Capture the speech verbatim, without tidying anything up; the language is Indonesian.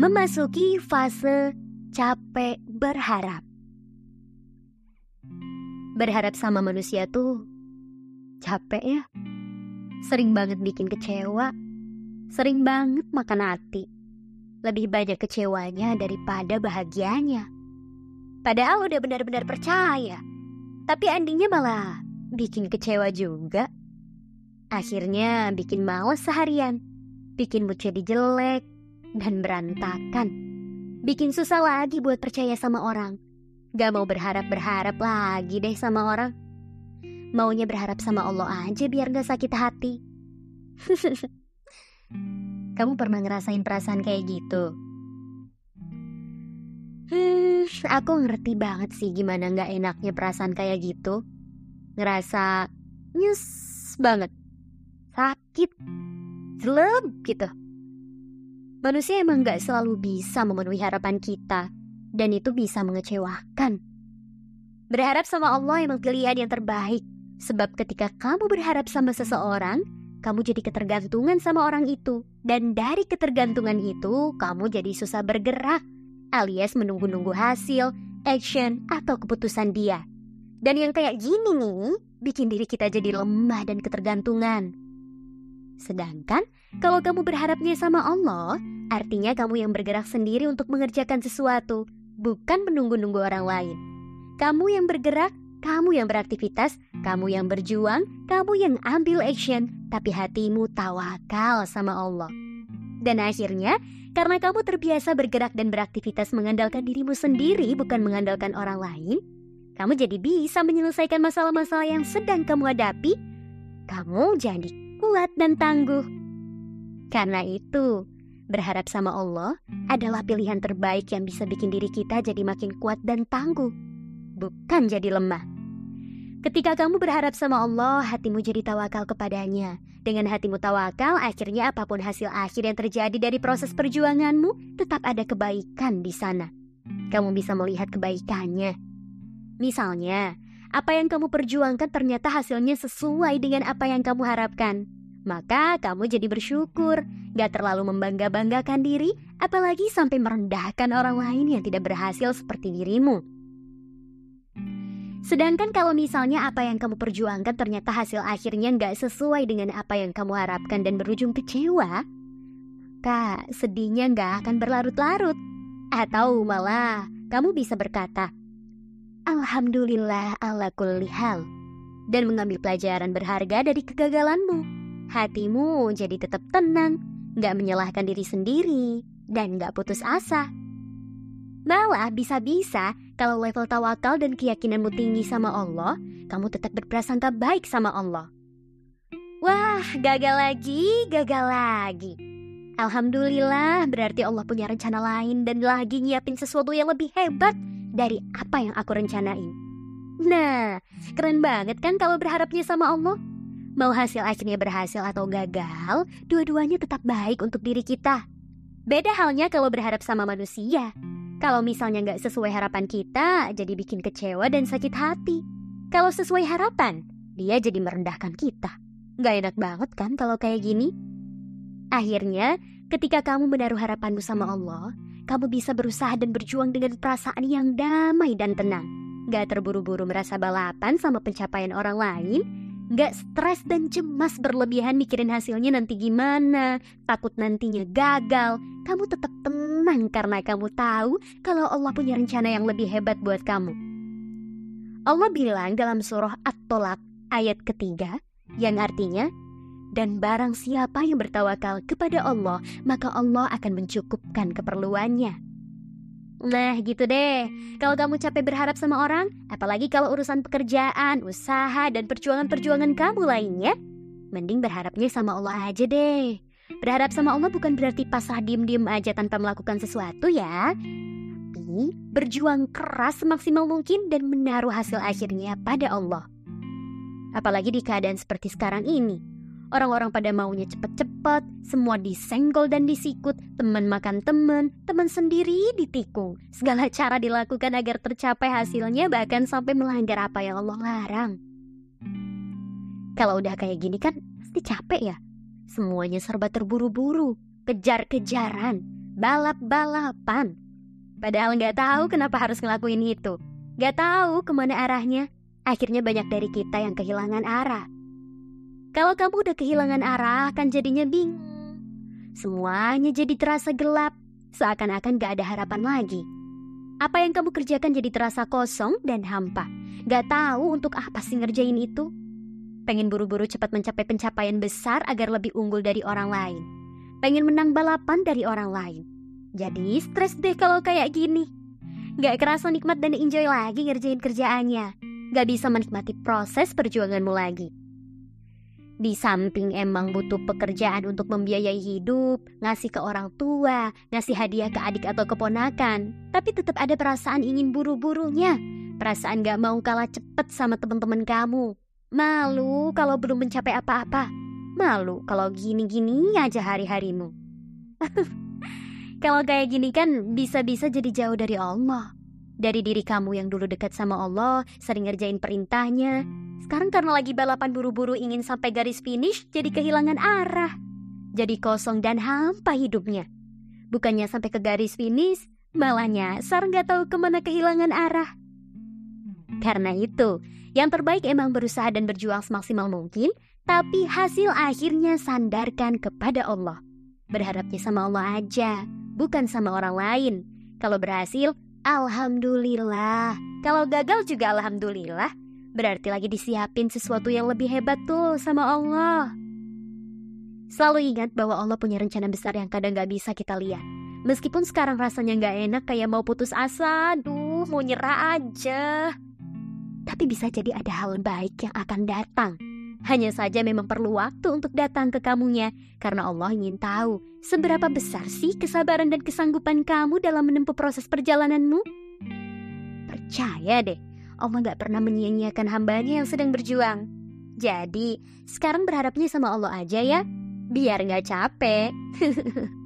memasuki fase capek berharap. Berharap sama manusia tuh capek ya. Sering banget bikin kecewa, sering banget makan hati. Lebih banyak kecewanya daripada bahagianya. Padahal udah benar-benar percaya, tapi endingnya malah bikin kecewa juga. Akhirnya bikin males seharian, bikin mood jadi jelek dan berantakan. Bikin susah lagi buat percaya sama orang. Gak mau berharap-berharap lagi deh sama orang. Maunya berharap sama Allah aja biar gak sakit hati. Kamu pernah ngerasain perasaan kayak gitu? Hmm, aku ngerti banget sih gimana gak enaknya perasaan kayak gitu. Ngerasa nyes banget, sakit, jelek gitu. Manusia emang gak selalu bisa memenuhi harapan kita, dan itu bisa mengecewakan. Berharap sama Allah emang pilihan yang terbaik. Sebab ketika kamu berharap sama seseorang, kamu jadi ketergantungan sama orang itu. Dan dari ketergantungan itu, kamu jadi susah bergerak, alias menunggu-nunggu hasil, action, atau keputusan dia. Dan yang kayak gini nih, bikin diri kita jadi lemah dan ketergantungan. Sedangkan, kalau kamu berharapnya sama Allah, artinya kamu yang bergerak sendiri untuk mengerjakan sesuatu, bukan menunggu-nunggu orang lain. Kamu yang bergerak, kamu yang beraktivitas, kamu yang berjuang, kamu yang ambil action, tapi hatimu tawakal sama Allah. Dan akhirnya, karena kamu terbiasa bergerak dan beraktivitas mengandalkan dirimu sendiri, bukan mengandalkan orang lain, kamu jadi bisa menyelesaikan masalah-masalah yang sedang kamu hadapi. Kamu jadi kuat dan tangguh. Karena itu, berharap sama Allah adalah pilihan terbaik yang bisa bikin diri kita jadi makin kuat dan tangguh, bukan jadi lemah. Ketika kamu berharap sama Allah, hatimu jadi tawakal kepadanya. Dengan hatimu tawakal, akhirnya apapun hasil akhir yang terjadi dari proses perjuanganmu, tetap ada kebaikan di sana. Kamu bisa melihat kebaikannya. Misalnya, apa yang kamu perjuangkan ternyata hasilnya sesuai dengan apa yang kamu harapkan. Maka kamu jadi bersyukur, gak terlalu membangga-banggakan diri, apalagi sampai merendahkan orang lain yang tidak berhasil seperti dirimu. Sedangkan kalau misalnya apa yang kamu perjuangkan ternyata hasil akhirnya gak sesuai dengan apa yang kamu harapkan dan berujung kecewa, maka sedihnya gak akan berlarut-larut. Atau malah kamu bisa berkata, Alhamdulillah ala kulli hal, dan mengambil pelajaran berharga dari kegagalanmu. Hatimu jadi tetap tenang, gak menyalahkan diri sendiri, dan gak putus asa. Malah bisa-bisa kalau level tawakal dan keyakinanmu tinggi sama Allah, kamu tetap berprasangka baik sama Allah. Wah, gagal lagi, gagal lagi. Alhamdulillah, berarti Allah punya rencana lain dan lagi nyiapin sesuatu yang lebih hebat dari apa yang aku rencanain. Nah, keren banget kan kalau berharapnya sama Allah? Mau hasil akhirnya berhasil atau gagal, dua-duanya tetap baik untuk diri kita. Beda halnya kalau berharap sama manusia. Kalau misalnya nggak sesuai harapan kita, jadi bikin kecewa dan sakit hati. Kalau sesuai harapan, dia jadi merendahkan kita. Nggak enak banget kan kalau kayak gini? Akhirnya, ketika kamu menaruh harapanmu sama Allah, kamu bisa berusaha dan berjuang dengan perasaan yang damai dan tenang. Nggak terburu-buru merasa balapan sama pencapaian orang lain, nggak stres dan cemas berlebihan mikirin hasilnya nanti gimana, takut nantinya gagal. Kamu tetap tenang karena kamu tahu kalau Allah punya rencana yang lebih hebat buat kamu. Allah bilang dalam surah At-Tolaq ayat ketiga, yang artinya, dan barang siapa yang bertawakal kepada Allah, maka Allah akan mencukupkan keperluannya. Nah gitu deh, kalau kamu capek berharap sama orang, apalagi kalau urusan pekerjaan, usaha, dan perjuangan-perjuangan kamu lainnya, mending berharapnya sama Allah aja deh. Berharap sama Allah bukan berarti pasrah diem-diem aja tanpa melakukan sesuatu ya. Tapi berjuang keras semaksimal mungkin dan menaruh hasil akhirnya pada Allah. Apalagi di keadaan seperti sekarang ini. Orang-orang pada maunya cepet-cepet, semua disenggol dan disikut, teman makan teman, teman sendiri ditikung. Segala cara dilakukan agar tercapai hasilnya, bahkan sampai melanggar apa yang Allah larang. Kalau udah kayak gini kan pasti capek ya. Semuanya serba terburu-buru, kejar-kejaran, balap-balapan. Padahal nggak tahu kenapa harus ngelakuin itu. Nggak tahu kemana arahnya. Akhirnya banyak dari kita yang kehilangan arah. Kalau kamu udah kehilangan arah, kan jadinya bingung. Semuanya jadi terasa gelap, seakan-akan gak ada harapan lagi. Apa yang kamu kerjakan jadi terasa kosong dan hampa. Gak tahu untuk apa sih ngerjain itu. Pengen buru-buru cepat mencapai pencapaian besar agar lebih unggul dari orang lain. Pengen menang balapan dari orang lain. Jadi stres deh kalau kayak gini. Gak kerasa nikmat dan enjoy lagi ngerjain kerjaannya. Gak bisa menikmati proses perjuanganmu lagi. Di samping emang butuh pekerjaan untuk membiayai hidup, ngasih ke orang tua, ngasih hadiah ke adik atau keponakan, tapi tetap ada perasaan ingin buru-burunya. Perasaan gak mau kalah cepet sama teman-teman kamu. Malu kalau belum mencapai apa-apa. Malu kalau gini-gini aja hari-harimu. Kalau kayak gini kan bisa-bisa jadi jauh dari Allah. Dari diri kamu yang dulu dekat sama Allah, sering ngerjain perintahnya. Sekarang karena lagi balapan buru-buru ingin sampai garis finish, jadi kehilangan arah. Jadi kosong dan hampa hidupnya. Bukannya sampai ke garis finish, malah nyasar gak tahu kemana kehilangan arah. Karena itu, yang terbaik emang berusaha dan berjuang semaksimal mungkin, tapi hasil akhirnya sandarkan kepada Allah. Berharapnya sama Allah aja, bukan sama orang lain. Kalau berhasil, alhamdulillah. Kalau gagal juga alhamdulillah. Berarti lagi disiapin sesuatu yang lebih hebat tuh sama Allah. Selalu ingat bahwa Allah punya rencana besar yang kadang gak bisa kita lihat. Meskipun sekarang rasanya gak enak kayak mau putus asa, duh mau nyerah aja. Tapi bisa jadi ada hal baik yang akan datang. Hanya saja memang perlu waktu untuk datang ke kamunya. Karena Allah ingin tahu seberapa besar sih kesabaran dan kesanggupan kamu dalam menempuh proses perjalananmu. Percaya deh, Allah gak pernah menyia-nyiakan hambanya yang sedang berjuang. Jadi, sekarang berharapnya sama Allah aja ya, biar gak capek.